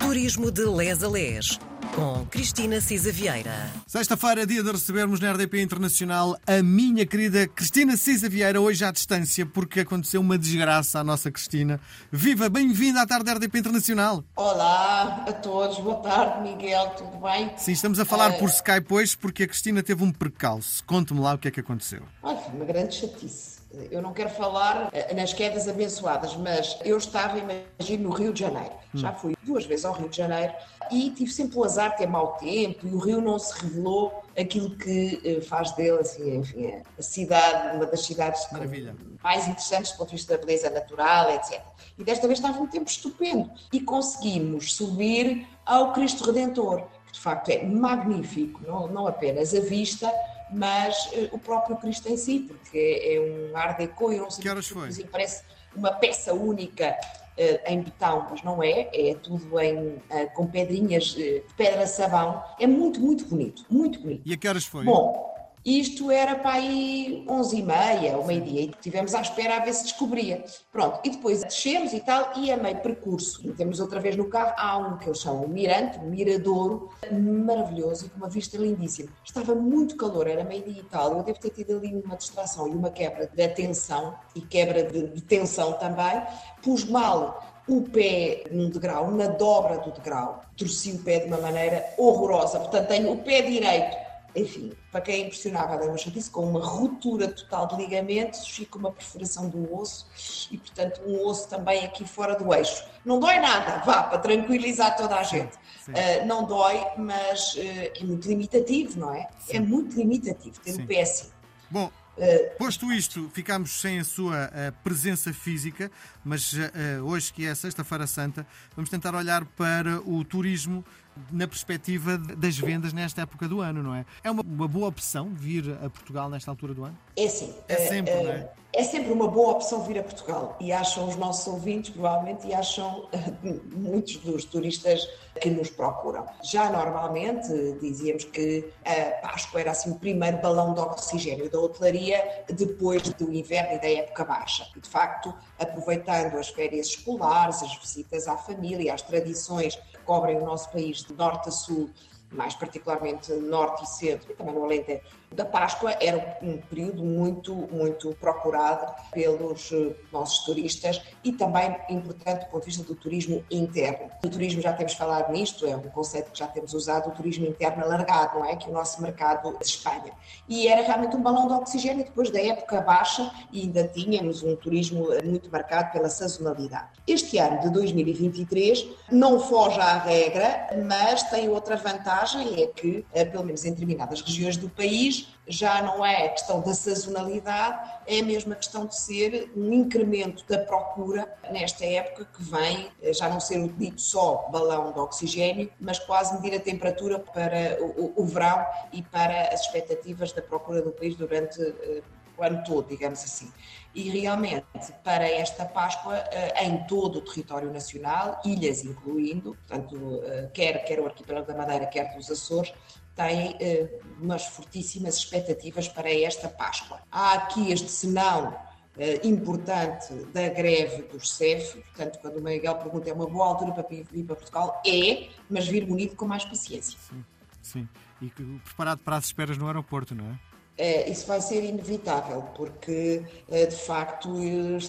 Turismo de Les a Les, com Cristina Cisa Vieira. Sexta-feira, dia de recebermos na RDP Internacional a minha querida Cristina Cisa Vieira, hoje à distância, porque aconteceu uma desgraça à nossa Cristina. Viva, bem-vinda à tarde da RDP Internacional. Olá a todos, boa tarde, Miguel, tudo bem? Sim, estamos a falar por Skype hoje porque a Cristina teve um percalço. Conte-me lá o que é que aconteceu. Olha, foi uma grande chatice. Eu não quero falar nas quedas abençoadas, mas eu estava, imagino, no Rio de Janeiro. Já fui 2 vezes ao Rio de Janeiro e tive sempre o azar de ter mau tempo e o Rio não se revelou aquilo que faz dele, assim, enfim, a cidade, uma das cidades mais interessantes do ponto de vista da beleza natural, etc. E desta vez estava um tempo estupendo e conseguimos subir ao Cristo Redentor, que de facto é magnífico, não apenas a vista, mas o próprio Cristo em si, porque é um art déco, eu não sei que horas foi? Parece uma peça única em betão, mas não é tudo com pedrinhas de pedra-sabão, é muito, muito bonito, muito bonito. E a que horas foi? Bom, isto era para aí 11h30, ou meio-dia, e estivemos à espera a ver se descobria. Pronto, e depois descemos e tal, e a meio percurso, e temos outra vez no carro, há um que eles chamam Mirante, um miradouro, maravilhoso e com uma vista lindíssima. Estava muito calor, era meio-dia e tal, eu devo ter tido ali uma distração e uma quebra de atenção, e quebra de tensão também, pus mal o pé num degrau, na dobra do degrau, torci o pé de uma maneira horrorosa, portanto tenho o pé direito, enfim, para quem é impressionável, é uma chatice, com uma ruptura total de ligamentos, fica uma perfuração do osso e, portanto, um osso também aqui fora do eixo. Não dói nada, vá, para tranquilizar toda a gente. Sim. Não dói, mas é muito limitativo, não é? Sim. É muito limitativo ter o pé assim. Bom, posto isto, ficámos sem a sua presença física, mas hoje, que é Sexta-feira Santa, vamos tentar olhar para o turismo na perspectiva das vendas nesta época do ano, não é? É uma boa opção vir a Portugal nesta altura do ano? É sim. É sempre, não é? É sempre uma boa opção vir a Portugal e acham os nossos ouvintes, provavelmente, e acham muitos dos turistas que nos procuram. Já normalmente dizíamos que a Páscoa era assim o primeiro balão de oxigênio da hotelaria depois do inverno e da época baixa. E, de facto, aproveitando as férias escolares, as visitas à família, as tradições que cobrem o nosso país de norte a sul, mais particularmente norte e centro, e também no Alentejo, da Páscoa, era um período muito, muito procurado pelos nossos turistas e também importante do ponto de vista do turismo interno. O turismo, já temos falado nisto, é um conceito que já temos usado, o turismo interno alargado, não é? Que é o nosso mercado de Espanha. E era realmente um balão de oxigênio depois da época baixa e ainda tínhamos um turismo muito marcado pela sazonalidade. Este ano de 2023 não foge à regra, mas tem outra vantagem, é que, pelo menos em determinadas regiões do país, já não é a questão da sazonalidade, é mesmo a questão de ser um incremento da procura nesta época que vem, já não ser o dito só balão de oxigênio, mas quase medir a temperatura para o verão e para as expectativas da procura do país durante o ano todo, digamos assim. E realmente, para esta Páscoa, em todo o território nacional, ilhas incluindo, portanto, quer o arquipélago da Madeira, quer dos Açores, têm umas fortíssimas expectativas para esta Páscoa. Há aqui este senão importante da greve dos CEF, portanto, quando o Miguel pergunta, é uma boa altura para vir para Portugal? É, mas vir bonito com mais paciência. Sim. E preparado para as esperas no aeroporto, não é? Isso vai ser inevitável, porque de facto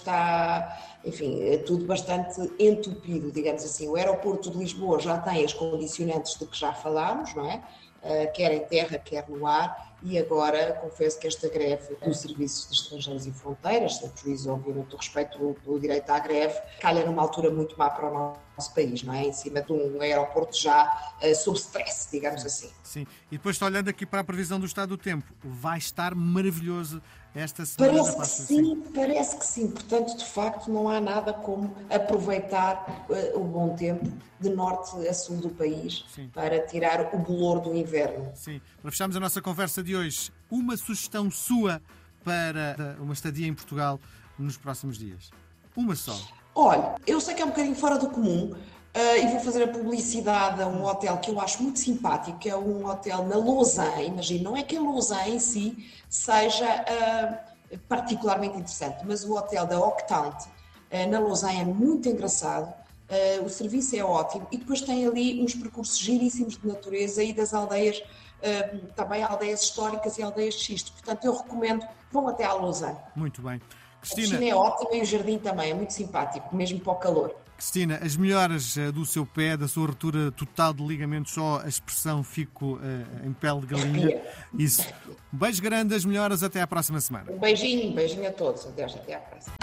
está, enfim, tudo bastante entupido, digamos assim. O aeroporto de Lisboa já tem as condicionantes de que já falámos, não é? Quer em terra, quer no ar, e agora confesso que esta greve dos serviços de estrangeiros e fronteiras, sem prejuízo, obviamente, do respeito pelo direito à greve, calha numa altura muito má para o nosso país, não é? Em cima de um aeroporto já sob stress, digamos assim. Sim, e depois estou olhando aqui para a previsão do estado do tempo, vai estar maravilhoso esta semana. Parece que sim, portanto, de facto, não há nada como aproveitar o bom tempo de norte a sul do país para tirar o bolor do inverno. Sim, para fecharmos a nossa conversa de hoje, uma sugestão sua para uma estadia em Portugal nos próximos dias? Uma só. Olha, eu sei que é um bocadinho fora do comum e vou fazer a publicidade a um hotel que eu acho muito simpático, que é um hotel na Lausanne. Imagina, não é que a Lausanne em si seja particularmente interessante, mas o hotel da Octante na Lausanne é muito engraçado. o serviço é ótimo e depois tem ali uns percursos giríssimos de natureza e das aldeias, também aldeias históricas e aldeias de xisto. Portanto, eu recomendo, vão até à Lousã. Muito bem. A piscina é ótima e o jardim também, é muito simpático, mesmo para o calor. Cristina, as melhoras do seu pé, da sua ruptura total de ligamentos, só a expressão fico em pele de galinha. Isso. Um beijo grande, as melhoras, até à próxima semana. Um beijinho a todos. Adeus, até à próxima.